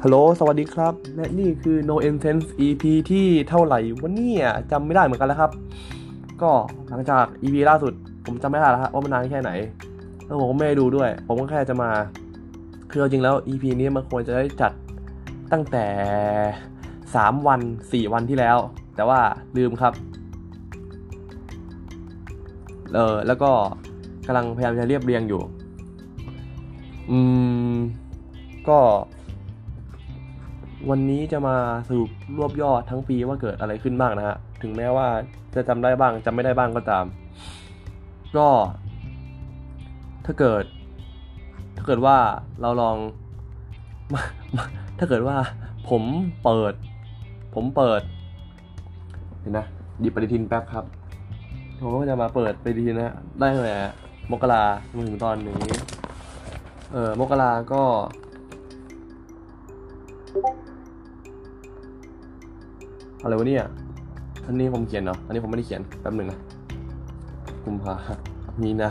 ฮัลโหลสวัสดีครับและนี่คือ No Sense EP ที่เท่าไหร่วันนี้จำไม่ได้เหมือนกันแล้วครับก็หลังจาก EP ล่าสุดผมจำไม่ได้แล้วครับว่ามันนานแค่ไหนแล้วผมก็ไม่ได้ดูด้วยผมก็แค่จะมาคือเอาจริงแล้ว EP นี้มันควรจะได้จัดตั้งแต่3วัน4วันที่แล้วแต่ว่าลืมครับแล้วก็กำลังพยายามจะเรียบเรียงอยู่อืมก็วันนี้จะมาสรุปรวบยอดทั้งปีว่าเกิดอะไรขึ้นบ้างนะฮะถึงแม้ว่าจะจำได้บ้างจำไม่ได้บ้างก็ตามก็ถ้าเกิดถ้าเกิดว่าเราลองถ้าเกิดว่าผมเปิดผมเปิดเห็นนะหยิบปฏิทินแป๊บครับผมก็จะมาเปิดปฏิทินนะได้ตั้งแต่มกราถึงตอนนี้มกราก็อะไรวะเนี่ยอันนี้ผมเขียนเนาะอันนี้ผมไม่ได้เขียนแป๊บหนึ่งนะกุมภามีนา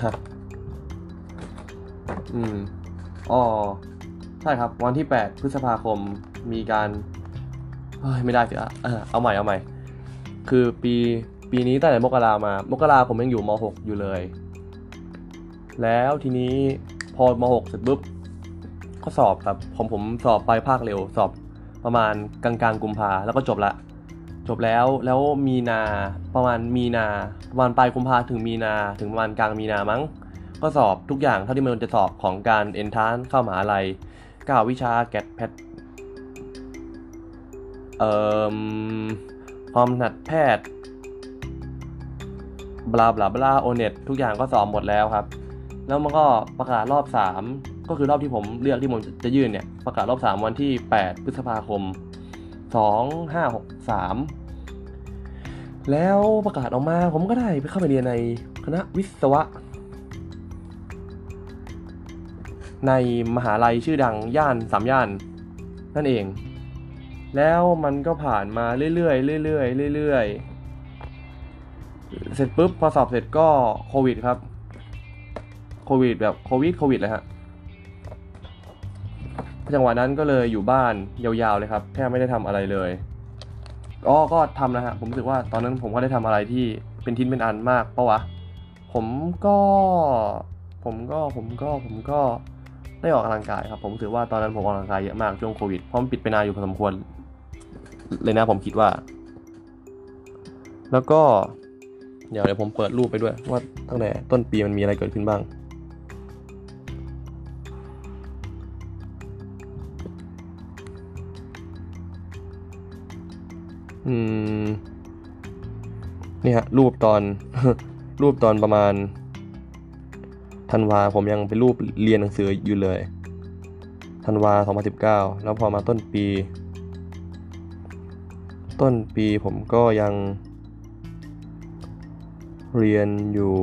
อ๋อใช่ครับวันที่8พฤษภาคมมีการไม่ได้สิเอาใหม่คือปีนี้ตั้งแต่มกราผมยังอยู่ม.6 อยู่เลยแล้วทีนี้พอม.6 เสร็จปุ๊บก็สอบครับผมสอบไปภาคเร็วสอบประมาณกลางกุมภาแล้วก็จบแล้วมีนาประมาณปลายกุมภาถึงมีนาถึงประมาณกลางมีนามั้งก็สอบทุกอย่างเท่าที่มันจะสอบของการเอนทรานซ์เข้ามหาลัย9วิชาแกดแพทความถนัดแพทย์บลาบลาบลาโอเน็ตทุกอย่างก็สอบหมดแล้วครับแล้วมันก็ประกาศรอบ3ก็คือรอบที่ผมเลือกที่ผมจะยื่นเนี่ยประกาศรอบ3วันที่8พฤษภาคม2563แล้วประกาศออกมาผมก็ได้ไปเข้าไปเรียนในคณะวิศวะในมหาลัยชื่อดังย่าน3ย่านนั่นเองแล้วมันก็ผ่านมาเรื่อยๆเสร็จปุ๊บพอสอบเสร็จก็โควิดครับโควิดแบบโควิดเลยฮะจังหวะนั้นก็เลยอยู่บ้านยาวๆเลยครับแทบไม่ได้ทำอะไรเลยก็ทำนะฮะผมรู้สึกว่าตอนนั้นผมก็ได้ทำอะไรที่เป็นชิ้นเป็นอันมากปะวะผมก็ผมก็ได้ออกกำลังกายครับผมรู้สึกว่าตอนนั้นผมออกกำลังกายเยอะมากช่วงโควิดเพราะมันปิดไปนานอยู่พอสมควรเลยนะผมคิดว่าแล้วก็เดี๋ยวผมเปิดรูปไปด้วยว่าตั้งแต่ต้นปีมันมีอะไรเกิดขึ้นบ้างนี่ฮะรูปตอน รูปตอนประมาณธันวาผมยังเป็นรูปเรียนหนังสืออยู่เลยธันวา2019แล้วพอมาต้นปีผมก็ยังเรียนอยู่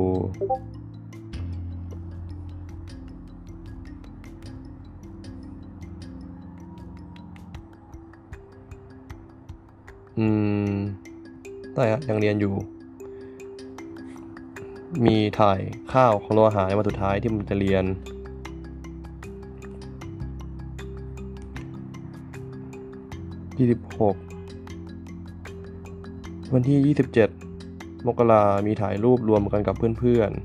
ได้ฮะยังเรียนอยู่มีถ่ายข้าวของโรงอาหารในวันสุดท้ายที่ผมจะเรียน26วันที่27มกรามีถ่ายรูปรวมกันกับเพื่อน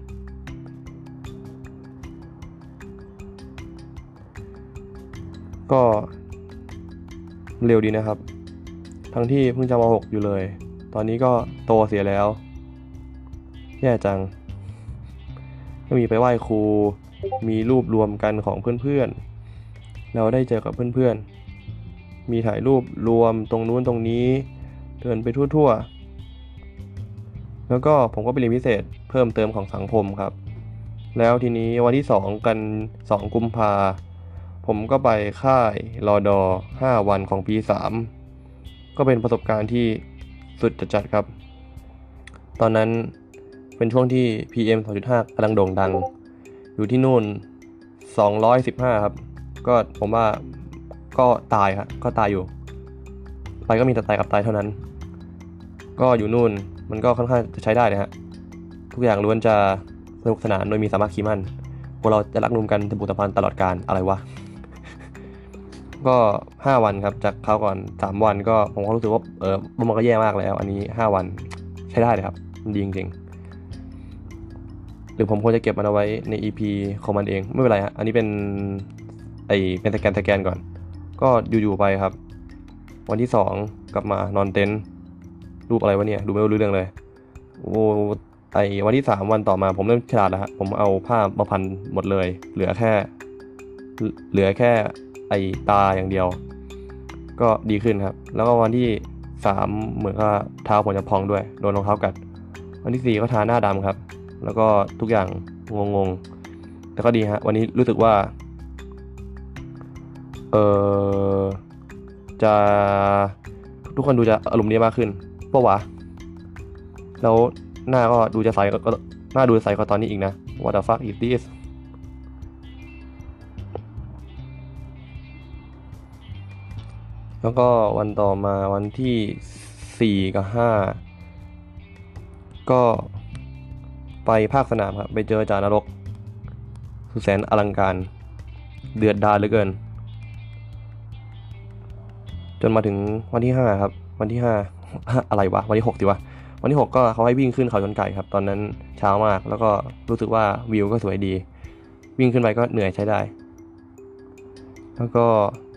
ๆก็เร็วดีนะครับทั้งที่เพิ่งจะม.6 อยู่เลยตอนนี้ก็โตเสียแล้วแย่จังก็มีไปไหว้ครูมีรูปรวมกันของเพื่อนๆเราได้เจอกับเพื่อนๆมีถ่ายรูปรวมตรงนู้นตรงนี้เดินไปทั่วๆแล้วก็ผมก็ไปเรียนพิเศษเพิ่มเติมของสังคมครับแล้วทีนี้วันที่2กุมภาผมก็ไปค่ายรอดอ5วันของปี3ก็เป็นประสบการณ์ที่สุดจัดครับ ตอนนั้นเป็นช่วงที่ PM 2.5 กำลังโด่งดังอยู่ที่นู่น215ครับก็ผมว่าก็ตายครับก็ตายอยู่ไปก็มีแต่ตายกับตายเท่านั้นก็อยู่นู่นมันก็ค่อนข้างจะใช้ได้นะฮะทุกอย่างล้วนจะสนุกสนานโดยมีสามัคคีมั่นพวกเราจะรักนุ่มกันถึงบุตรพันตลอดกาลอะไรวะก็5 วันครับจากคราวก่อน3 วันก็ผมก็รู้สึกว่ามันก็แย่มากแล้วอันนี้5 วันใช้ได้เลยครับมันดีจริงๆหรือผมควรจะเก็บมันเอาไว้ใน EP ของมันเองไม่เป็นไรฮะอันนี้เป็นสแกนก่อนก็อยู่ๆไปครับวันที่2กลับมานอนเต็นท์รูปอะไรวะเนี่ยดูไม่รู้เรื่องเลยโอ้วันที่3 วันต่อมาผมเริ่มฉลาดแล้วฮะผมเอาผ้ามาพันหมดเลยเหลือแค่ตาอย่างเดียวก็ดีขึ้นครับแล้วก็วันที่3เหมือนกับเท้าผมจะพองด้วยโดนรองเท้ากัดวันที่4ก็ทาหน้าดำครับแล้วก็ทุกอย่างงงๆแต่ก็ดีฮะวันนี้รู้สึกว่าเออจะทุกคนดูจะอารมณ์ดีมากขึ้นปะวะแล้วหน้าก็ดูจะใสก็หน้าดูใสกว่าตอนนี้อีกนะ What the fuck is this แล้วก็วันต่อมาวันที่4กับ5ก็ไปภาคสนามครับไปเจอจานรกสุดแสนอลังการเดือดดาลเหลือเกินจนมาถึงวันที่5ครับวันที่5 อะไรวะวันที่6สิวะวันที่6ก็เขาให้วิ่งขึ้นเขาชนไก่ครับตอนนั้นเช้ามากแล้วก็รู้สึกว่าวิวก็สวยดีวิ่งขึ้นไปก็เหนื่อยใช้ได้แล้วก็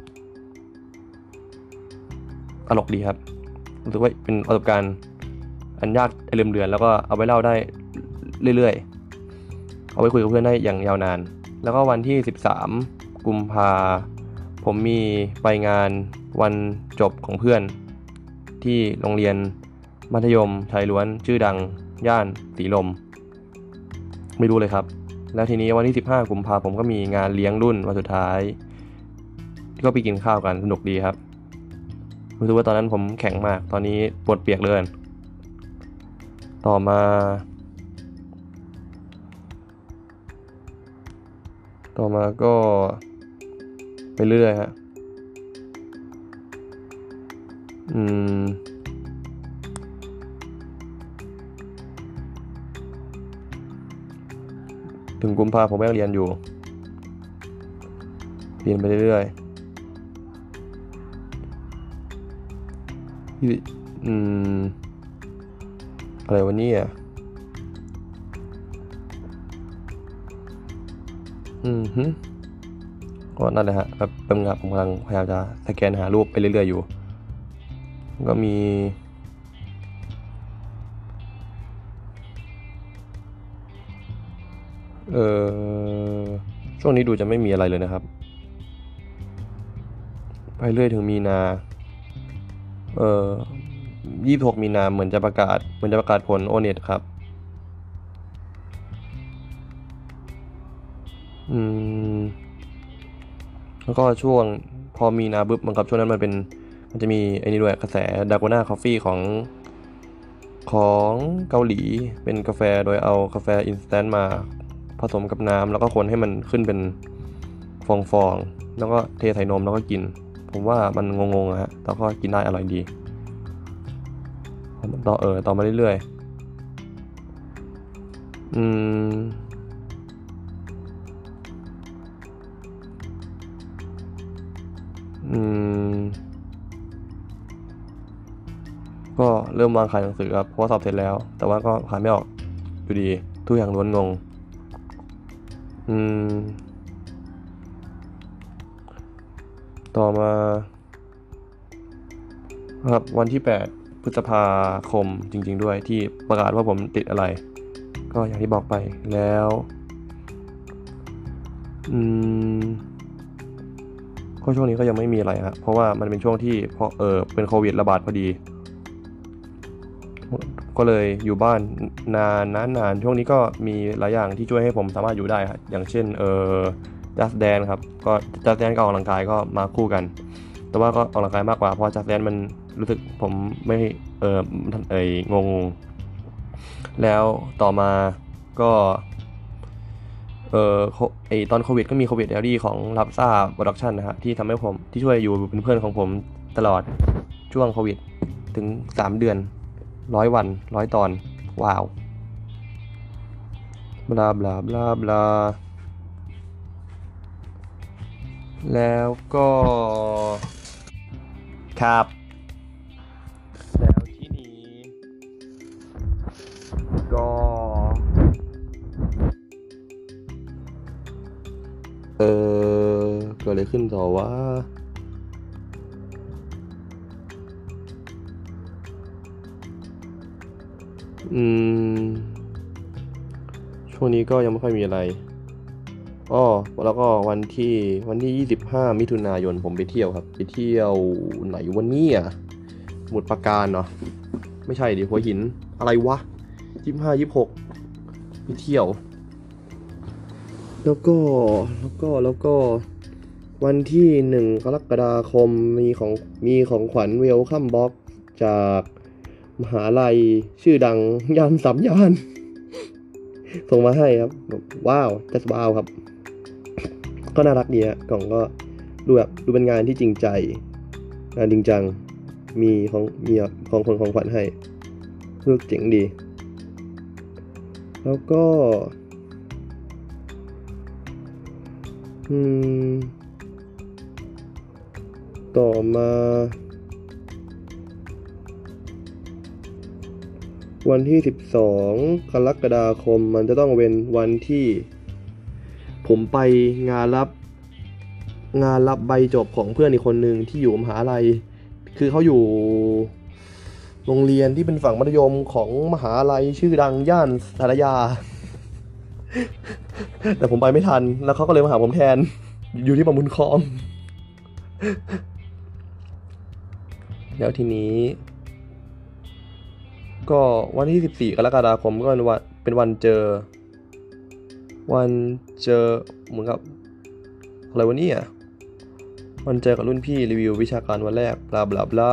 ตลกดีครับรู้สึกว่าเป็นประสบการณ์อันยากลืมเลือนแล้วก็เอาไปเล่าได้เรื่อยๆเอาไปคุยกับเพื่อนได้อย่างยาวนานแล้วก็วันที่13กุมภาผมมีไปงานวันจบของเพื่อนที่โรงเรียนมัธยมชายล้วนชื่อดังย่านสีลมไม่รู้เลยครับแล้วทีนี้วันที่15กุมภาผมก็มีงานเลี้ยงรุ่นวันสุดท้ายที่ก็ไปกินข้าวกันสนุกดีครับรู้สึกว่าตอนนั้นผมแข็งมากตอนนี้ปวดเปียกเลยต่อมาก็ไปเรื่อยฮะถึงกุมภาผมยังเรียนอยู่เรียนไปเรื่อยอะไรวันนี้ก็นั่นแหละฮะแบบเป็นงานผมกำลังพยายามจะสแกนหารูปไปเรื่อยๆอยู่ก็มีช่วงนี้ดูจะไม่มีอะไรเลยนะครับไปเรื่อยถึงมีนา26มีนาเหมือนจะประกาศผลโอเน็ตครับแล้วก็ช่วงพอมีนาบึ๊บมันกับช่วงนั้นมันจะมีไอ้นี่ด้วยกระแสดาก o น่าคอฟฟี่ของเกาหลีเป็นกาแฟโดยเอากาแฟอินสแตนต์มาผสมกับน้ำแล้วก็คนให้มันขึ้นเป็นฟองๆแล้วก็เทใส่นมแล้วก็กินผมว่ามันงงๆฮะแต่ก็กินได้อร่อยดีต่อมาเรื่อยๆก็เริ่มวางขายหนังสือครับเพราะว่าสอบเสร็จแล้วแต่ว่าก็ขายไม่ออกอยู่ดีทุกอย่างล้วนงงต่อมาครับวันที่8พฤษภาคมจริงๆด้วยที่ประกาศว่าผมติดอะไรก็อย่างที่บอกไปแล้วก็ช่วงนี้ก็ยังไม่มีอะไรครับเพราะว่ามันเป็นช่วงที่เป็นโควิดระบาดพอดีก็เลยอยู่บ้านนานช่วงนี้ก็มีหลายอย่างที่ช่วยให้ผมสามารถอยู่ได้ครับอย่างเช่นJust Dance ครับก็ Just Dance กับออกกำลังกายก็มาคู่กันแต่ว่าก็ออกกำลังกายมากกว่าเพราะ Just Dance มันรู้สึกผมไม่งงแล้วต่อมาก็ตอนโควิดก็มีโควิด Diary ของรับซ่าโปรดักชั่นนะฮะที่ทำให้ผมที่ช่วยอยู่เป็นเพื่อนของผมตลอดช่วงโควิดถึง3 เดือน100 วัน100 ตอนว้าวบลาบลาบลาบลาแล้วก็ครับแล้วที่นี้ก็เอเกิดอะไรขึ้นต่อวะอืมช่วงนี้ก็ยังไม่ค่อยมีอะไรอ้อแล้วก็วันที่25 มิถุนายนผมไปเที่ยวครับไปเที่ยวไหนวันนี้สมุทรปราการเนาะไม่ใช่ดิหัวหินอะไรวะ25 26ไปเที่ยวแล้วก็วันที่1 กรกฎาคมมีของขวัญเวลคัมบ็อกจากมหาลัยชื่อดังย่านสามย่านส่งมาให้ครับว้าวจัสว้าวครับก็น่ารักดีฮะกล่องก็ดูเป็นงานที่จริงใจงานจริงจังมีของขวัญให้รู้สึกเจ๋งดีแล้วก็ต่อมาวันที่12 กรกฎาคมมันจะต้องเป็นวันที่ผมไปงานรับใบจบของเพื่อนอีกคนหนึ่งที่อยู่มหาลัยคือเขาอยู่โรงเรียนที่เป็นฝั่งมัธยมของมหาลัยชื่อดังย่านสารยาแต่ผมไปไม่ทันแล้วเขาก็เลยมาหาผมแทนอยู่ที่ประมุนคลองแล้วทีนี้ก็วันที่14 กรกฎาคมก็เป็นวันเจอเหมือนกับอะไรวะเนี่ยวันเจอกับรุ่นพี่รีวิววิชาการวันแรกบลาบลาบลา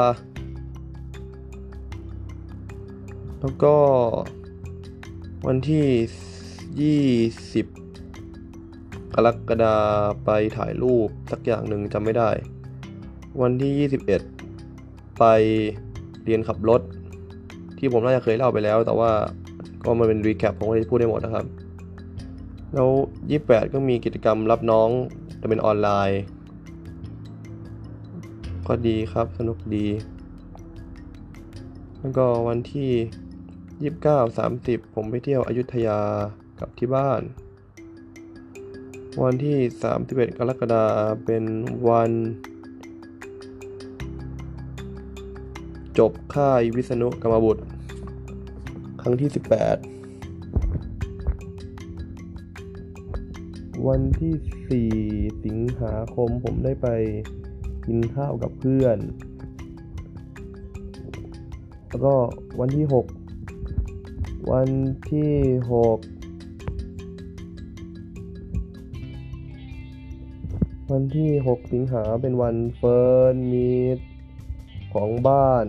แล้วก็วันที่20 กรกฎาคมไปถ่ายรูปสักอย่างหนึ่งจำไม่ได้วันที่21ไปเรียนขับรถที่ผมน่าจะเคยเล่าไปแล้วแต่ว่าก็มาเป็นรีแคปผมก็จะพูดได้หมดนะครับแล้ว28ก็มีกิจกรรมรับน้องแต่เป็นออนไลน์ก็ดีครับสนุกดีแล้วก็วันที่29 30ผมไปเที่ยวอยุธยากับที่บ้านวันที่31 กรกฎาคมเป็นวันจบค่ายวิษณุกรรมบุตรครั้งที่18วันที่4 สิงหาคมผมได้ไปกินข้าวกับเพื่อนแล้วก็วันที่6วันที่6สิงหาเป็นวันเฟิร์นมีตของบ้าน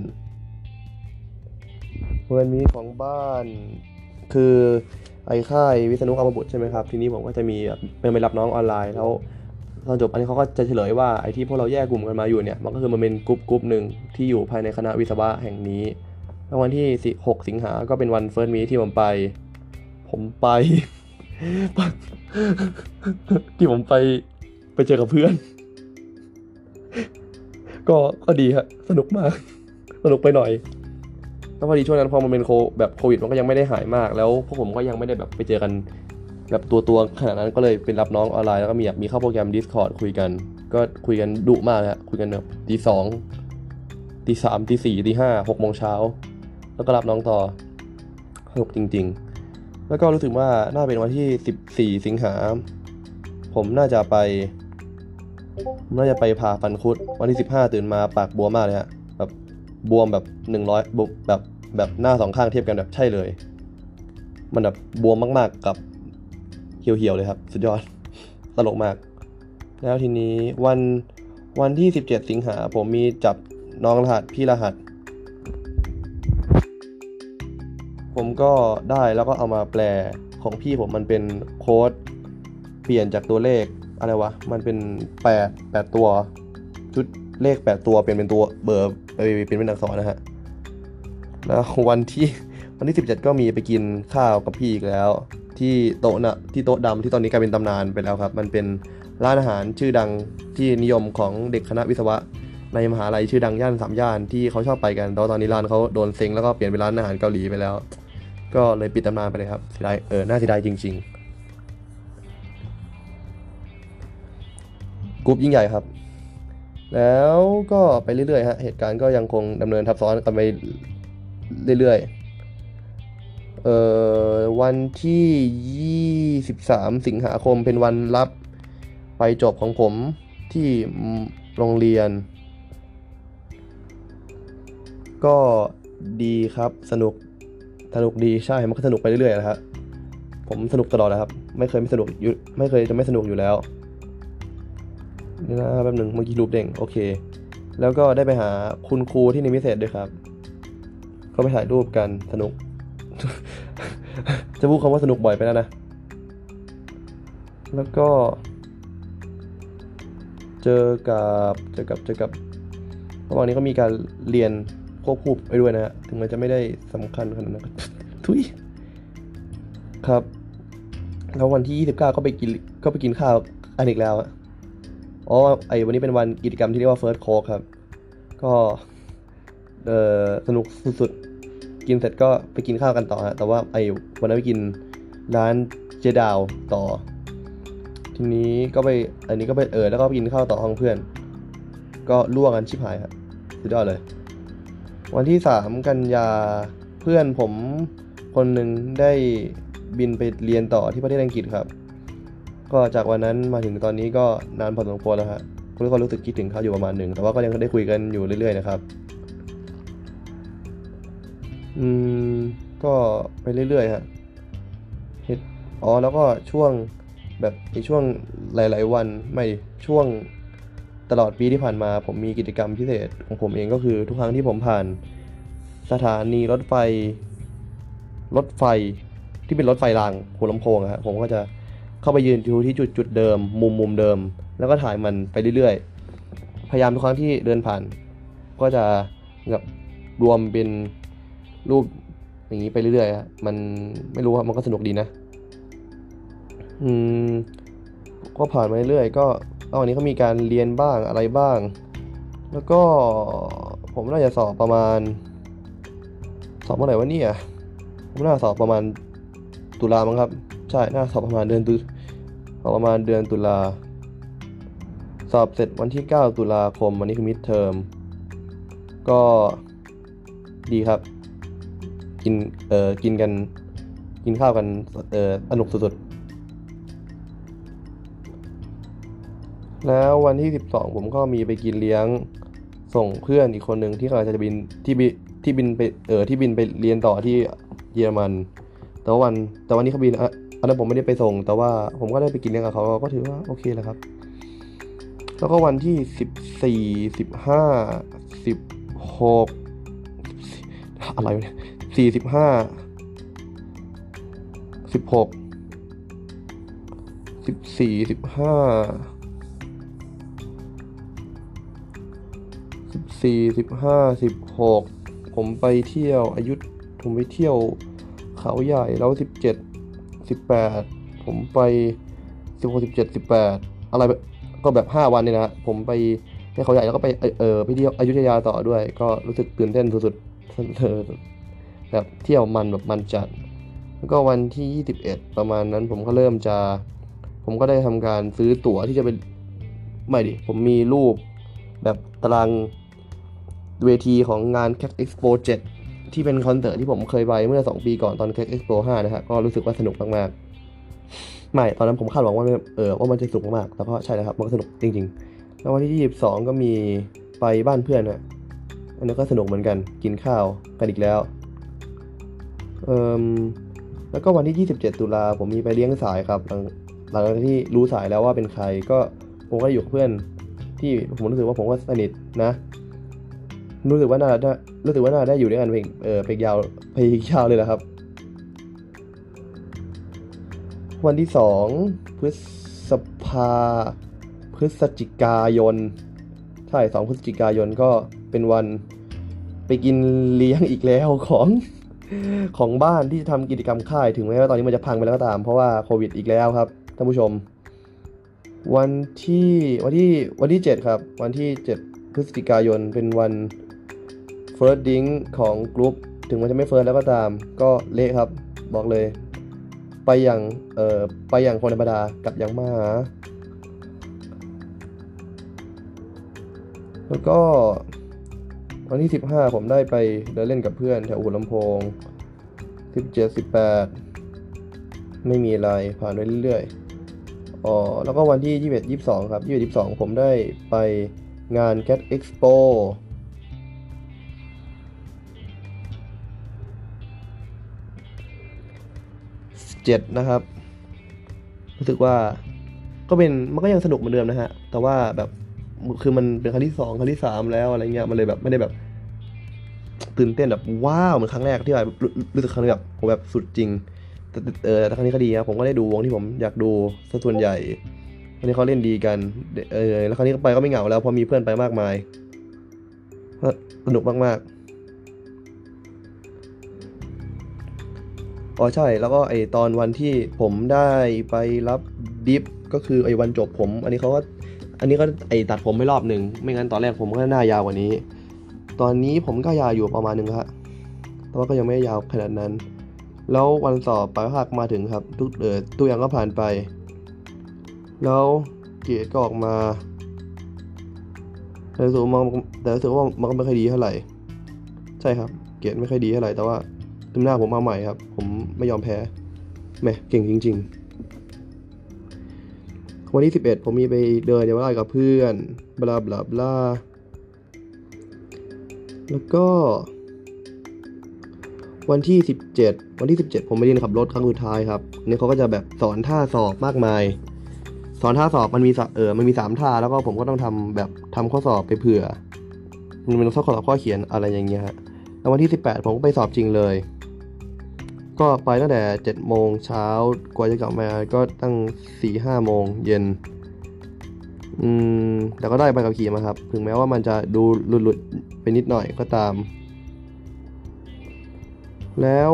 คือไอ้ค่ายวิษณุกรรมบุตรใช่ไหมครับทีนี้ผมก็จะมีเป็นไปรับน้องออนไลน์แล้วตอนจบอันนี้เขาก็จะเฉลยว่าไอ้ที่พวกเราแยกกลุ่มกันมาอยู่เนี่ยมันก็คือมันเป็นกลุ่มหนึ่งที่อยู่ภายในคณะวิศวะแห่งนี้แล้ววันที่6 สิงหาก็เป็นวันเฟิร์สมีที่ผมไป ที่ผมไปเจอกับเพื่อนก็ดีฮะสนุกมากสนุกไปหน่อยแล้วพอดีช่วงนั้นพอมันเป็นโควิดมันก็ยังไม่ได้หายมากแล้วพวกผมก็ยังไม่ได้แบบไปเจอกันแบบตัวขนาดนั้นก็เลยเป็นรับน้องออนไลน์แล้วก็มีเข้าโปรแกรม Discord คุยกันก็คุยกันดุมากฮะคุยกันแบบตี 2ตี 3ตี 4ตี 5 6 โมงเช้าแล้วก็รับน้องต่อสนุกจริงๆแล้วก็รู้สึกว่าน่าเป็นวันที่14 สิงหาผมน่าจะไปผ่าฟันคุดวันที่15ตื่นมาปากบวมมากเลยฮะแบบบวมแบบ100แบบหน้า2ข้างเทียบกันแบบใช่เลยมันแบบบวมมากๆกับเหี่ยวๆเลยครับสุดยอดตลกมากแล้วทีนี้วันที่17 สิงหาผมมีจับน้องรหัสพี่รหัสผมก็ได้แล้วก็เอามาแปลของพี่ผมมันเป็นโค้ดเปลี่ยนจากตัวเลขอะไรวะมันเป็น8ตัวชุดเลข8ตัวเปลี่ยนเป็นตัวเบอร์เป็นอักษรนะฮะแล้ววันที่17ก็มีไปกินข้าวกับพี่อีกแล้วที่โต๊ะที่โต๊ะดำที่ตอนนี้กลายเป็นตำนานไปแล้วครับมันเป็นร้านอาหารชื่อดังที่นิยมของเด็กคณะวิศวะในมหาลัยชื่อดังย่าน3 ย่านที่เขาชอบไปกันแต่ตอนนี้ร้านเขาโดนเซ็งแล้วก็เปลี่ยนเป็นร้านอาหารเกาหลีไปแล้วก็เลยปิดตำนานไปเลยครับเสียดายน่าเสียดายจริงๆกรุ๊ปยิ่งใหญ่ครับแล้วก็ไปเรื่อยๆฮะเหตุการณ์ก็ยังคงดำเนินทับซ้อนกันไปเรื่อยๆวันที่23 สิงหาคมเป็นวันรับไปจบของผมที่โรงเรียนก็ดีครับสนุกดีใช่มันก็สนุกไปเรื่อยๆนะฮะผมสนุกตลอดนะครับไม่เคยไม่สนุกอยู่ไม่เคยจะไม่สนุกอยู่แล้วนี่นะแป๊บหนึ่งเมื่อกี้รูปเด้งโอเคแล้วก็ได้ไปหาคุณครูที่นิมิเศษด้วยครับก็ไปถ่ายรูปกันสนุก จะพูดคำว่าสนุกบ่อยไปแล้วนะแล้วก็เจอกับระหว่างนี้ก็มีการเรียนควบคู่ไปด้วยนะฮะถึงมันจะไม่ได้สำคัญขนาดนั้น ทุยครับแล้ววันที่29ก็ไปกินข้าวอันอีกแล้วอ๋อวันนี้เป็นวันกิจกรรมที่เรียกว่า First Coke ครับก็สนุกสุดๆกินเสร็จก็ไปกินข้าวกันต่อฮะแต่ว่าวันนั้นไปกินร้านเจดาวต่อทีนี้ก็ไปแล้วก็ไปกินข้าวต่อห้องเพื่อนก็ล่วงกันชิบหายครับสุดยอดเลยวันที่3 กันยาเพื่อนผมคนหนึ่งได้บินไปเรียนต่อที่ประเทศอังกฤษครับก็จากวันนั้นมาถึงตอนนี้ก็นานพอสมควรแล้วฮะทุกคนรู้สึกคิดถึงเขาอยู่ประมาณหนึ่งแต่ว่าก็ยังได้คุยกันอยู่เรื่อยๆนะครับก็ไปเรื่อยๆฮะแล้วก็ช่วงแบบในช่วงหลายๆวันไม่ช่วงตลอดปีที่ผ่านมาผมมีกิจกรรมพิเศษของผมเองก็คือทุกครั้งที่ผมผ่านสถานีรถไฟที่เป็นรถไฟรางหัวลำโพงครับผมก็จะเข้าไปยืนอยู่ที่จุดเดิมมุมเดิมแล้วก็ถ่ายมันไปเรื่อยๆพยายามทุกครั้งที่เดินผ่านก็จะแบบรวมเป็นรูปอย่างนี้ไปเรื่อยๆครับมันไม่รู้ครับมันก็สนุกดีนะก็ผ่านมาเรื่อยๆก็วันนี้เขามีการเรียนบ้างอะไรบ้างแล้วก็ผมน่าจะสอบประมาณเมื่อไหร่วะเนี่ยผมน่าสอบประมาณตุลามั้งครับใช่น่าสอบประมาณเดือนตุลาสอบเสร็จวันที่9 ตุลาคมวันนี้คือมิดเทอมก็ดีครับกินข้าวกันสนุกสุดๆแล้ววันที่12ผมก็มีไปกินเลี้ยงส่งเพื่อนอีกคนหนึ่งที่กำลังจะบินที่บินไปเรียนต่อที่เยอรมันแต่วันนี้เขาบินอันนั้นผมไม่ได้ไปส่งแต่ว่าผมก็ได้ไปกินเลี้ยงกับเขาก็ถือว่าโอเคแล้วครับแล้วก็วันที่14 15 16อะไรเนี่ย15 16 14 15 16ผมไปเที่ยวผมไปเที่ยวเขาใหญ่แล้ว17 18ผมไป16 17 18อะไรก็แบบ5 วันเนี่ยนะผมไปเขาใหญ่แล้วก็ไปเที่ยวอยุธยาต่อด้วยก็รู้สึกตื่นเต้นสุดๆแบบเที่ยวมันแบบมันจัดแล้วก็วันที่21ประมาณนั้นผมก็ได้ทำการซื้อตั๋วที่จะเป็นผมมีรูปแบบตารางเวทีของงาน CAX Expo 7ที่เป็นคอนเสิร์ตที่ผมเคยไปเมื่อ2 ปีก่อนตอน CAX Expo 5นะครับก็รู้สึกว่าสนุกมากๆตอนนั้นผมคาดหวังว่าว่ามันจะสนุกมากแล้วก็ใช่แล้วครับมันก็สนุกจริงๆแล้ววันที่22ก็มีไปบ้านเพื่อนนะอันนี้ก็สนุกเหมือนกันกินข้าวกันอีกแล้วแล้วก็วันที่27 ตุลาผมมีไปเลี้ยงสายครับหลังจากที่รู้สายแล้วว่าเป็นใครก็ผมก็อยู่กับเพื่อนที่ผมรู้สึกว่าผมก็สนิทนะรู้สึกว่าน่าได้อยู่ด้วยกันไปยาวเลยแหละครับวันที่2 พฤศจิกายนใช่2 พฤศจิกายนก็เป็นวันไปกินเลี้ยงอีกแล้วของของบ้านที่จะทำกิจกรรมค่ายถึงแม้ว่าตอนนี้มันจะพังไปแล้วก็ตามเพราะว่าโควิดอีกแล้วครับท่านผู้ชมวันที่วันที่7ครับวันที่7พฤศจิกายนเป็นวัน First Drink ของกรุ๊ปถึงมันจะไม่ First แล้วก็ตามก็เละครับบอกเลยไปอย่างไปอย่างคนธรรมดากลับอย่างมหาแล้วก็วันที่15ผมได้ไปเดินเล่นกับเพื่อนแถวหัวลำโพง17 18ไม่มีอะไรผ่านไปเรื่อยๆแล้วก็วันที่21 22ครับ21 22ผมได้ไปงาน Cat Expo 7นะครับรู้สึกว่ามันก็ยังสนุกเหมือนเดิมนะฮะแต่ว่าแบบคือมันเป็นครั้งที่2ครั้งที่3แล้วอะไรเงี้ยมันเลยแบบไม่ได้แบบตื่นเต้นแบบว้าวเหมือนครั้งแรกที่แบบรู้สึกครั้งนี้แบบผมแบบสุดจริงแต่ครั้งนี้ก็ดีครับผมก็ได้ดูวงที่ผมอยากดูซะส่วนใหญ่วันนี้เขาเล่นดีกันแล้วครั้งนี้ไปก็ไม่เหงาแล้วเพราะมีเพื่อนไปมากมายสนุกมากๆใช่แล้วก็ตอนวันที่ผมได้ไปรับดิฟก็คือวันจบผมอันนี้ก็ตัดผมไม่รอบหนึ่งไม่งั้นตอนแรกผมก็หน้ายาวกว่านี้ตอนนี้ผมก็ยาวอยู่ประมาณนึงครับแต่ว่าก็ยังไม่ยาวขนาดนั้นแล้ววันสอบปลายภาคมาถึงครับทุกอย่างก็ผ่านไปแล้วเกรดก็ออกมาแต่รู้สึกว่ามันก็ไม่ค่อยดีเท่าไหร่ใช่ครับเกรดไม่ค่อยดีเท่าไหร่แต่ว่าเทอมหน้าผมมาใหม่ครับผมไม่ยอมแพ้แหมเก่งจริงๆวันที่11ผมมีไปเดินเยาวราชกับเพื่อนบลาบลาบลาแล้วก็วันที่17ผมไปเรียนขับรถครั้งสุดท้ายครับนี่เขาก็จะแบบสอนท่าสอบมากมายสอนท่าสอบมันมี3ท่าแล้วก็ผมก็ต้องทำข้อสอบไปเผื่อมันเป็นข้อสอบข้อเขียนอะไรอย่างเงี้ยฮะแล้ววันที่18ผมก็ไปสอบจริงเลยก็ไปตั้งแต่7 โมงเช้ากว่าจะกลับมาก็ตั้ง4-5 โมงเย็นแต่ก็ได้ใบขับขี่มาครับถึงแม้ว่ามันจะดูหลุดๆไปนิดหน่อยก็ตามแล้ว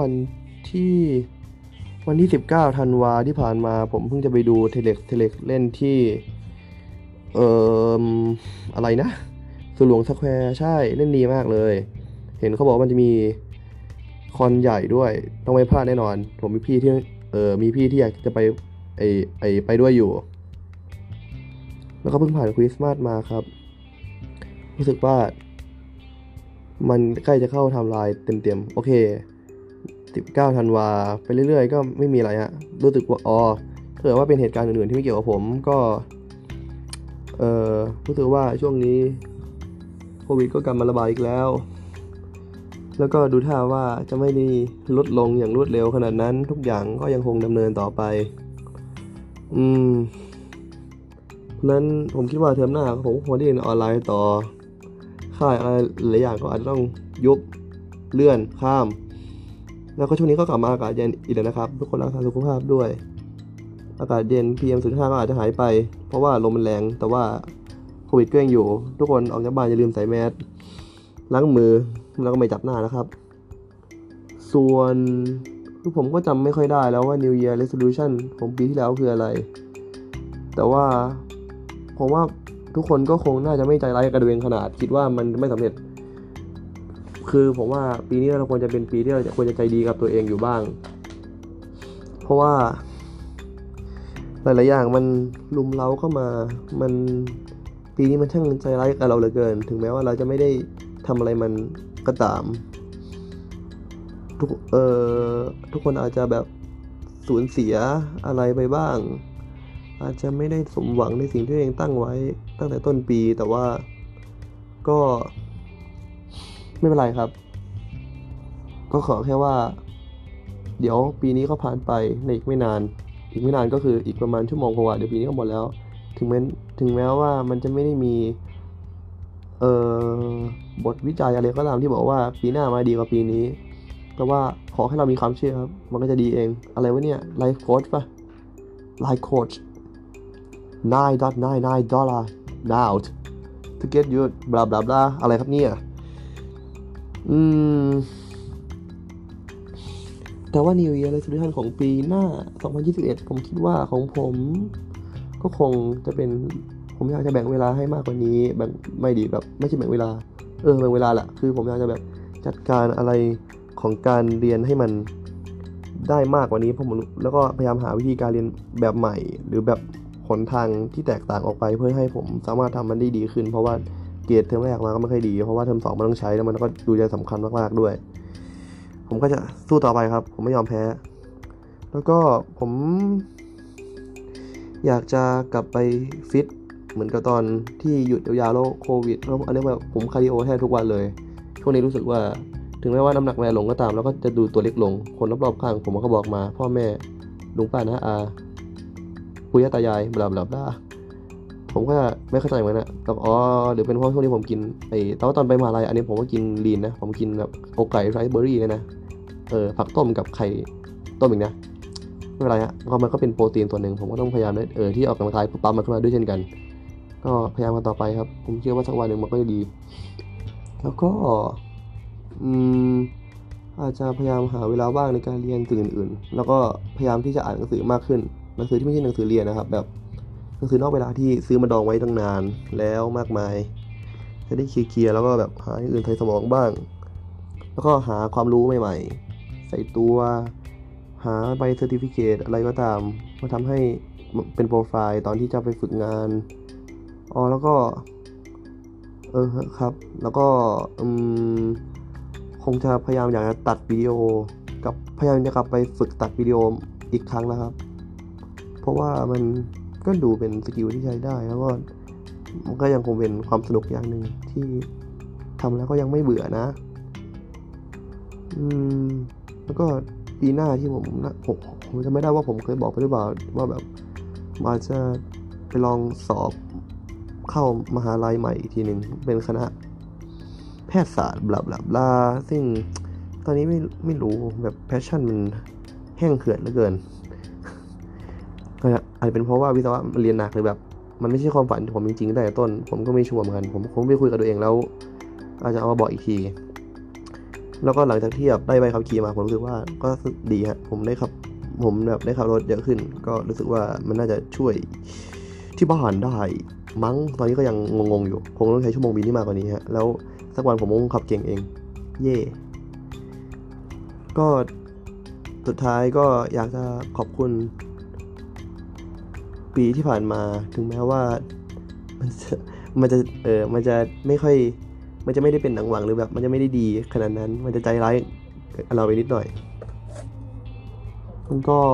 วันที่19ธันวาที่ผ่านมาผมเพิ่งจะไปดูเทเล็กเล่นที่เอ่ออะไรนะสุหลวงสแควร์ใช่เล่นดีมากเลยเห็นเขาบอกว่ามันจะมีคอนใหญ่ด้วยต้องไม่พลาดแน่นอนผมมีพี่ที่อยากจะไปไปด้วยอยู่แล้วก็เพิ่งผ่านคริสต์มาสมาครับรู้สึกว่ามันใกล้จะเข้าไทม์ไลน์เต็มโอเค19ธันวาไปเรื่อยๆก็ไม่มีอะไรฮะรู้สึกว่าถ้าเกิดว่าเป็นเหตุการณ์อื่นๆที่ไม่เกี่ยวกับผมก็รู้สึกว่าช่วงนี้โควิดก็กลับมาระบาดอีกแล้วแล้วก็ดูท่าว่าจะไม่ได้ลดลงอย่างรวดเร็วขนาดนั้นทุกอย่างก็ยังคงดำเนินต่อไปนั้นผมคิดว่าเทอมหน้าผมควรเรียนออนไลน์ต่อค่ายอะไรหลายอย่างก็อาจจะต้องยุบเลื่อนข้ามแล้วก็ช่วงนี้ก็กลับมาอากาศเย็นอีกแล้วนะครับทุกคนรักษาสุขภาพด้วยอากาศเย็น PM 2.5ก็อาจจะหายไปเพราะว่าลมมันแรงแต่ว่าโควิดก็ยังอยู่ทุกคนออกจากบ้านอย่าลืมใส่แมสล้างมือแล้วก็ไม่จับหน้านะครับส่วนคือผมก็จำไม่ค่อยได้แล้วว่า New Year Resolution ของปีที่แล้วคืออะไรแต่ว่าผมว่าทุกคนก็คงน่าจะไม่ใจร้ายกับตัวเองขนาดคิดว่ามันไม่สำเร็จคือผมว่าปีนี้เราควรจะเป็นปีที่เราควรจะใจดีกับตัวเองอยู่บ้างเพราะว่าหลายๆอย่างมันลุมเร้าเข้ามามันปีนี้มันช่างใจร้ายกับเราเหลือเกินถึงแม้ว่าเราจะไม่ได้ทำอะไรมันก็ตามทุกคนอาจจะแบบสูญเสียอะไรไปบ้างอาจจะไม่ได้สมหวังในสิ่งที่ตัวเองตั้งไว้ตั้งแต่ต้นปีแต่ว่าก็ไม่เป็นไรครับก็ขอแค่ว่าเดี๋ยวปีนี้ก็ผ่านไปในอีกไม่นานก็คืออีกประมาณชั่วโมงกว่าเดี๋ยวปีนี้ก็หมดแล้วถึงแม้ว่ามันจะไม่ได้มีบทวิจัยอะไรก็ตามที่บอกว่าปีหน้ามาดีกว่าปีนี้แต่ว่าขอให้เรามีความเชื่อครับมันก็จะดีเองอะไรวะเนี่ยไลฟ์โค้ชป่ะไลฟ์โค้ช$9.99 now to get you blah blah blah อะไรครับเนี่ยแต่ว่า New Year Resolution ของปีหน้า2021ผมคิดว่าของผมก็คงจะเป็นผมอยากจะแบ่งเวลาให้มากกว่านี้แบ่งไม่ดีแบบไม่ใช่แบ่งเวลาแบ่งเวลาแหละคือผมอยากจะแบบจัดการอะไรของการเรียนให้มันได้มากกว่านี้ผมแล้วก็พยายามหาวิธีการเรียนแบบใหม่หรือแบบหนทางที่แตกต่างออกไปเพื่อให้ผมสามารถทำมันได้ดีขึ้นเพราะว่าเกรดเทอมแรกมาก็ไม่ค่อยดีเพราะว่าเทอม2มันต้องใช้แล้วมันก็ดูจะสำคัญมากๆด้วยผมก็จะสู้ต่อไปครับผมไม่ยอมแพ้แล้วก็ผมอยากจะกลับไปฟิตเหมือนกับตอนที่หยุดยาวๆแล้วโควิดแล้วอันนี้แบบผมคาร์ดิโอแทบทุกวันเลยช่วงนี้รู้สึกว่าถึงแม้ว่าน้ำหนักแรงลงก็ตามแล้วก็จะดูตัวเล็กลงคนรอบๆข้างผมก็บอกมาพ่อแม่ลุงป้าน้าอาปู่ย่าตายายบลาบลาบลาผมก็ไม่เข้าใจเหมือนกันนะแต่หรือเป็นเพราะช่วงนี้ผมกินแต่ว่าตอนไปมหาลัยอันนี้ผมก็กินลีนนะผมกินแบบอกไก่ไรซ์เบอร์รี่นะผักต้มกับไข่ต้มอีกนะไม่เป็นไรฮะเพราะมันก็เป็นโปรตีนตัวหนึ่งผมก็ต้องพยายามที่ออกกำลังกายปั๊มมันขึ้นมาด้วยเช่นกันก็พยายามกันต่อไปครับผมเชื่อว่าสักวันหนึ่งมันก็จะดีแล้วก็อาจจะพยายามหาเวลาว่างในการเรียนสิ่งอื่นๆแล้วก็พยายามที่จะอ่านหนังสือมากขึ้นหนังสือที่ไม่ใช่หนังสือเรียนนะครับแบบหนังสือนอกเวลาที่ซื้อมาดองไว้ตั้งนานแล้วมากมายจะได้เคลียร์แล้วก็แบบหาอย่างอื่นใส่สมองบ้างแล้วก็หาความรู้ใหม่ๆใส่ตัวหาใบเซอร์ติฟิเคตอะไรก็ตามมาทำให้เป็นโปรไฟล์ตอนที่จะไปฝึกงานแล้วก็ครับแล้วก็คงจะพยายามอยากจะตัดวิดีโอกับพยายามจะกลับไปฝึกตัดวิดีโออีกครั้งนะครับเพราะว่ามันก็ดูเป็นสกิลที่ใช้ได้แล้วก็มันก็ยังคงเป็นความสนุกอย่างหนึ่งที่ทำแล้วก็ยังไม่เบื่อนะแล้วก็ปีหน้าที่ผมจะไม่ได้ว่าผมเคยบอกไปหรือเปล่าว่าแบบอาจจะไปลองสอบเข้ามหาลัยใหม่อีกทีหนึ่งเป็นคณะแพทยศาสตร์บลาบลาบลาซึ่งตอนนี้ไม่รู้แบบแพชชั่นมันแห้งเหือดเหลือเกินก็อาจจะเป็นเพราะว่าวิศวะมันเรียนหนักหรือแบบมันไม่ใช่ความฝันผมจริงๆแต่ต้นผมก็ไม่ชัวร์เหมือนกันผมไปคุยกับตัวเองแล้วอาจจะเอามาบอกอีกทีแล้วก็หลังจากที่แบบได้ใบขับขี่มาผมรู้สึกว่าก็ดีฮะผมแบบได้ขับรถเยอะขึ้นก็รู้สึกว่ามันน่าจะช่วยที่บ้านได้มั้งตอนนี้ก็ยังงงๆอยู่คงต้องใช้ชั่วโมงบินที่มากกว่านี้ฮะแล้วสักวันผมคงขับเก่งเองเย่ก็สุดท้ายก็อยากจะขอบคุณปีที่ผ่านมาถึงแม้ว่ามันจะไม่ค่อยมันจะไม่ได้เป็นหนังหวังหรือแบบมันจะไม่ได้ดีขนาดนั้นมันจะใจร้ายเราไปนิดหน่อยมันก็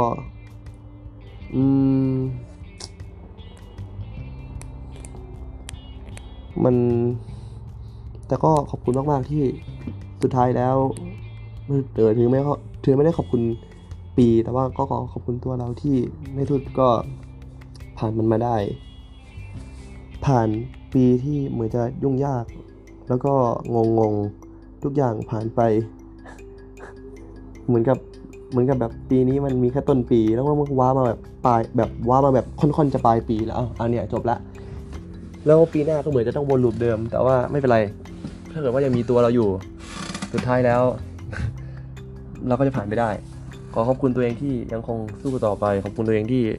แต่ก็ขอบคุณมากๆที่สุดท้ายแล้วถึงไม่ได้ขอบคุณปีแต่ว่าก็ขอบคุณตัวเราที่ในที่สุดก็ผ่านมันมาได้ผ่านปีที่เหมือนจะยุ่งยากแล้วก็งงทุกอย่างผ่านไปเหมือนกับแบบปีนี้มันมีแค่ต้นปีแล้วมันว้ามาแบบปลายแบบว้ามาแบบค่อนๆจะปลายปีแล้วอันเนี้ยจบละแล้วปีหน้าก็เหมือนจะต้องวนลูปเดิมแต่ว่าไม่เป็นไรถ้าเกิดว่ายังมีตัวเราอยู่สุดท้ายแล้ว เราก็จะผ่านไปได้ขอขอบคุณตัวเองที่ยังคงสู้ต่อไปขอบคุณตัวเองที่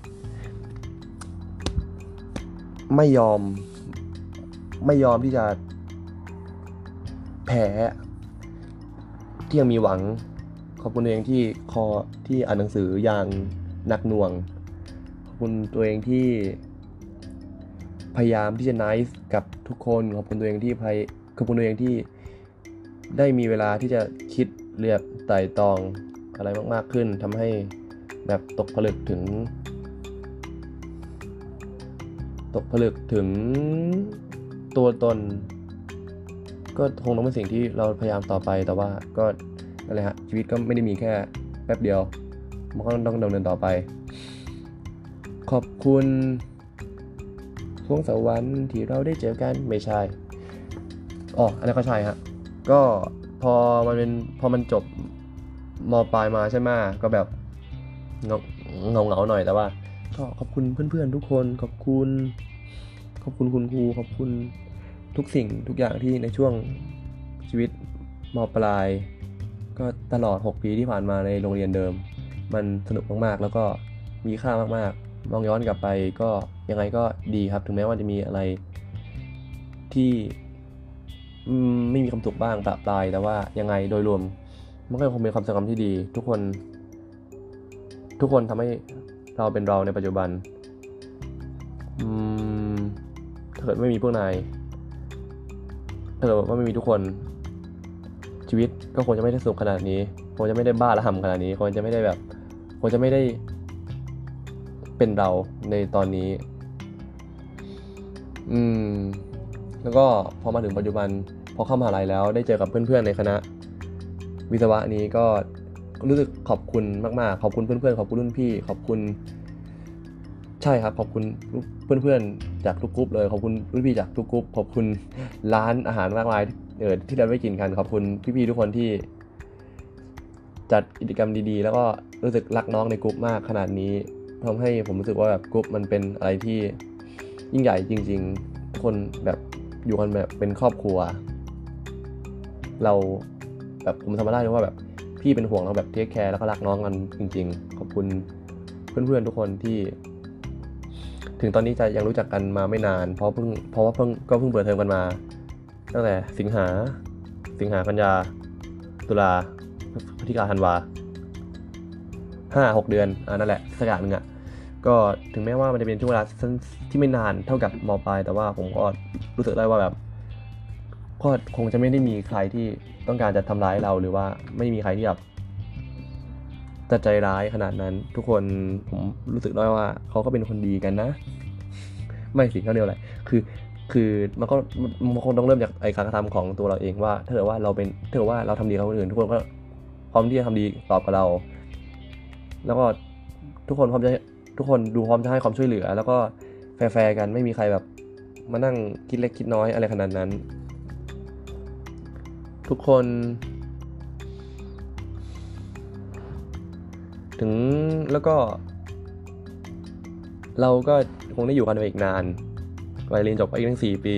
ไม่ยอมที่จะแพ้ที่ยังมีหวังขอบคุณตัวเองที่อ่านหนังสืออย่างหนักหน่วงขอบคุณตัวเองที่พยายามที่จะ nice กับทุกคนขอบคุณตัวเองที่ได้มีเวลาที่จะคิดเรียบไตร่ตรองอะไรมากๆขึ้นทำให้แบบตกผลึกถึงตัวตนก็คงต้องเป็นสิ่งที่เราพยายามต่อไปแต่ว่าก็นั่นแหละฮะชีวิตก็ไม่ได้มีแค่แป๊บเดียวมันก็ต้องดำเนินต่อไปขอบคุณสวรรค์ที่เราได้เจอกันไม่ใช่อันนั้นก็ใช่ฮะก็พอมันจบม.ปลายมาใช่ไหมก็แบบเหงาหน่อยแต่ว่าก็ขอบคุณเพื่อนๆทุกคนขอบคุณคุณครูขอบคุณทุกสิ่งทุกอย่างที่ในช่วงชีวิตม.ปลายก็ตลอด6 ปีที่ผ่านมาในโรงเรียนเดิมมันสนุกมากๆแล้วก็มีค่ามากๆมองย้อนกลับไปก็ยังไงก็ดีครับถึงแม้ว่าจะมีอะไรที่ไม่มีความสุขบ้างประปรายแต่ว่ายังไงโดยรวมมันก็คงเป็นความทรงจำที่ดีทุกคนทำให้เราเป็นเราในปัจจุบันถ้าเกิดไม่มีพวกนายถ้าเกิดว่าไม่มีทุกคนชีวิตก็คงจะไม่ได้สนุกขนาดนี้คงจะไม่ได้บ้าระห่ำขนาดนี้คงจะไม่ได้เป็นเราในตอนนี้แล้วก็พอมาถึงปัจจุบันพอเข้ามหาลัยแล้วได้เจอกับเพื่อนๆในคณะวิศวะนี้ก็รู้สึกขอบคุณมากๆขอบคุณเพื่อนๆขอบคุณรุ่นพี่ขอบคุณใช่ครับขอบคุณเพื่อนๆจากทุกกลุ่มเลยขอบคุณรุ่นพี่จากทุกกลุ่มขอบคุณร้านอาหารมากมายที่เราได้กินกันขอบคุณพี่ๆทุกคนที่จัดกิจกรรมดีๆแล้วก็รู้สึกรักน้องในกลุ่มมากขนาดนี้ทำให้ผมรู้สึกว่าแบบกลุ่มมันเป็นอะไรที่ยิ่งใหญ่จริงๆทุกคนแบบอยู่กันแบบเป็นครอบครัวเราแบบผมทำมาได้เลยว่าแบบพี่เป็นห่วงเราแบบเทคแคร์แล้วก็รักน้องกันจริงๆขอบคุณเพื่อนๆทุกคนที่ถึงตอนนี้จะยังรู้จักกันมาไม่นานเพราะว่าเพิ่งเปิดเทอมกันมาตั้งแต่สิงหากันยาตุลาพฤศจิกาธันวา5-6 เดือนนั่นแหละสักอย่างนึงก็ถึงแม้ว่ามันจะเป็นช่วงเวลาที่ไม่นานเท่ากับม.ปลายแต่ว่าผมก็รู้สึกได้ว่าแบบก็คงจะไม่ได้มีใครที่ต้องการจะทำร้ายเราหรือว่าไม่มีใครที่แบบจะใจร้ายขนาดนั้นทุกคนผมรู้สึกได้ว่าเขาก็เป็นคนดีกันนะไม่สิเขาเรียกอะไรคือมันคงต้องเริ่มจากการกระทำของตัวเราเองว่าถ้าเกิดว่าเราทำดีกับคนอื่นทุกคนก็พร้อมที่จะทำดีตอบกับเราแล้วก็ทุกคนดูพร้อมจะให้ความช่วยเหลือแล้วก็แฟร์กันไม่มีใครแบบมานั่งคิดเล็กคิดน้อยอะไรขนาดนั้นทุกคนถึงแล้วก็เราก็คงได้อยู่กันไปอีกนานไปเรียนจบไปอีกทั้ง4 ปี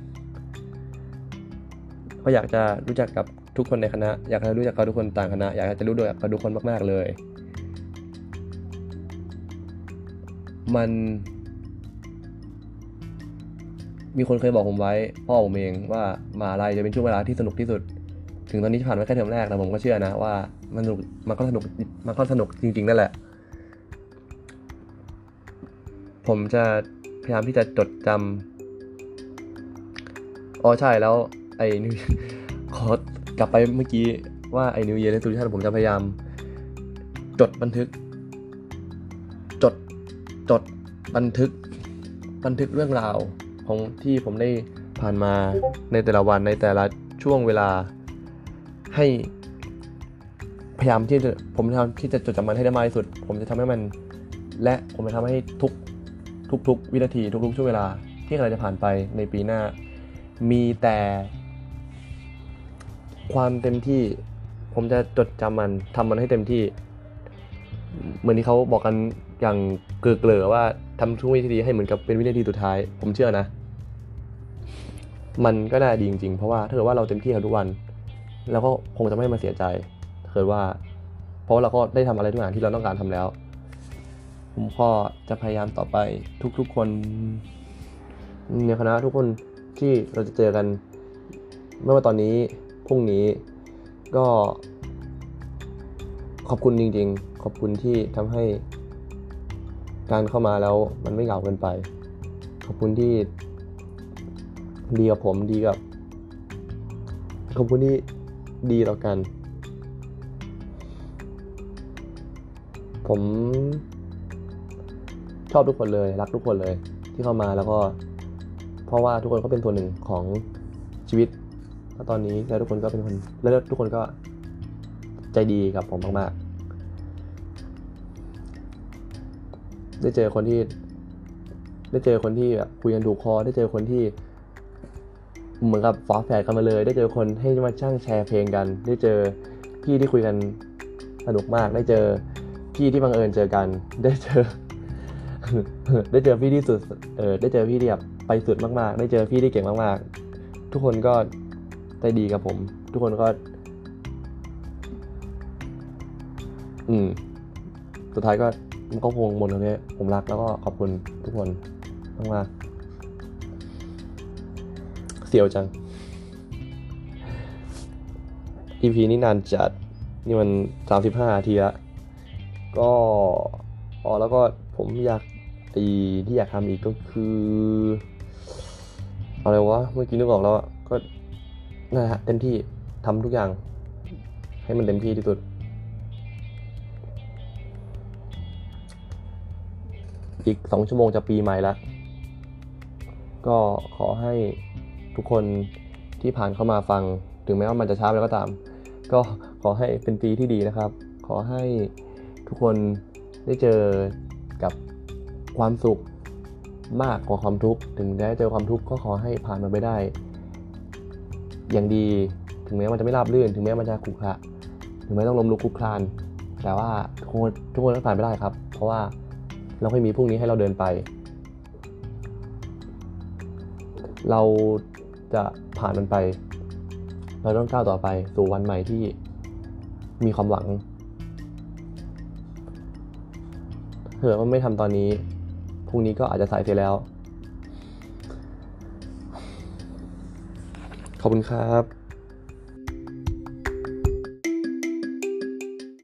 ก็อยากจะรู้จักกับทุกคนในคณะอยากจะรู้จักกับทุกคนต่างคณะอยากจะรู้จักกับทุกคนมากๆเลยมันมีคนเคยบอกผมไว้พ่อผมเองว่ามหาลัยจะเป็นช่วงเวลาที่สนุกที่สุดถึงตอนนี้ผ่านมาแค่เทอมแรกแต่ผมก็เชื่อนะว่ามันก็สนุกจริงๆนั่นแหละผมจะพยายามที่จะจดจำใช่แล้วไอ้นี่ขอกลับไปเมื่อกี้ว่าไอ้ New Year Resolution ผมจะพยายามจดบันทึกเรื่องราวของที่ผมได้ผ่านมาในแต่ละวันในแต่ละช่วงเวลาให้ผมพยายามที่จะจดจำมันให้ได้มากที่สุดผมจะทำให้มันและผมจะทำให้ทุกวินาทีทุกช่วงเวลาที่กำลังจะผ่านไปในปีหน้ามีแต่ความเต็มที่ผมจะจดจำมันทำมันให้เต็มที่เหมือนที่เขาบอกกันอย่างเกลือว่าทำทุกวินาทีให้เหมือนกับเป็นวินาทีสุดท้ายผมเชื่อนะมันก็น่าดีจริงๆเพราะว่าถ้าเกิดว่าเราเต็มที่กับทุกวันเราก็คงจะไม่มาเสียใจถ้าเกิดว่าเพราะเราก็ได้ทำอะไรทุกอย่างที่เราต้องการทำแล้วผมก็จะพยายามต่อไปทุกคนในคณะทุกคนที่เราจะเจอกันไม่ว่าตอนนี้พรุ่งนี้ก็ขอบคุณจริงๆขอบคุณที่ทำให้การเข้ามาแล้วมันไม่เหงาเกินไปขอบคุณที่ดีกับผมดีกับขอบคุณที่ดีต่อกันผมชอบทุกคนเลยรักทุกคนเลยที่เข้ามาแล้วก็เพราะว่าทุกคนก็เป็นส่วนหนึ่งของชีวิตแล้วตอนนี้แล้วทุกคนก็เป็นคนแล้วทุกคนก็ใจดีกับผมมากๆได้เจอคนที่แบบคุยกันถูกคอได้เจอคนที่เหมือนกับฝาแฝดกันมาเลยได้เจอคนให้มาช่างแชร์เพลงกันได้เจอพี่ที่คุยกันสนุกมากได้เจอพี่ที่บังเอิญเจอกันได้เจอพี่ที่สุดได้เจอพี่ที่แบบไปสุดมากๆได้เจอพี่ที่เก่งมากๆทุกคนก็ใจดีกับผมทุกคนก็อืมสุดท้ายก็มันก็คงหมดตรงนี้ผมรักแล้วก็ขอบคุณทุกคนมากๆเสียวจัง EP นี้นานจัดนี่มัน35 นาทีละก็แล้วก็ผมอยากที่อยากทำอีกก็คืออะไรวะเมื่อกี้นึกออกแล้วก็นั่นแหละเต็มที่ทำทุกอย่างให้มันเต็มที่ที่สุดอีก2 ชั่วโมงจะปีใหม่ละก็ขอให้ทุกคนที่ผ่านเข้ามาฟังถึงแม้ว่ามันจะช้าไปแล้วก็ตามก็ขอให้เป็นปีที่ดีนะครับขอให้ทุกคนได้เจอกับความสุขมากกว่าความทุกข์ถึงได้เจอความทุกข์ก็ขอให้ผ่านมันไปได้อย่างดีถึงแม้มันจะไม่ราบรื่นถึงแม้มันจะขรุขระถึงแม้ต้องล้มลุกคลุกคลานแต่ว่าทุกคนต้องผ่านไปได้ครับเพราะว่าเราไม่มีพรุ่งนี้ให้เราเดินไปเราจะผ่านมันไปเราต้องก้าวต่อไปสู่วันใหม่ที่มีความหวังถ้าเกิดว่าไม่ทำตอนนี้พรุ่งนี้ก็อาจจะสายเสียแล้วขอบคุณครับ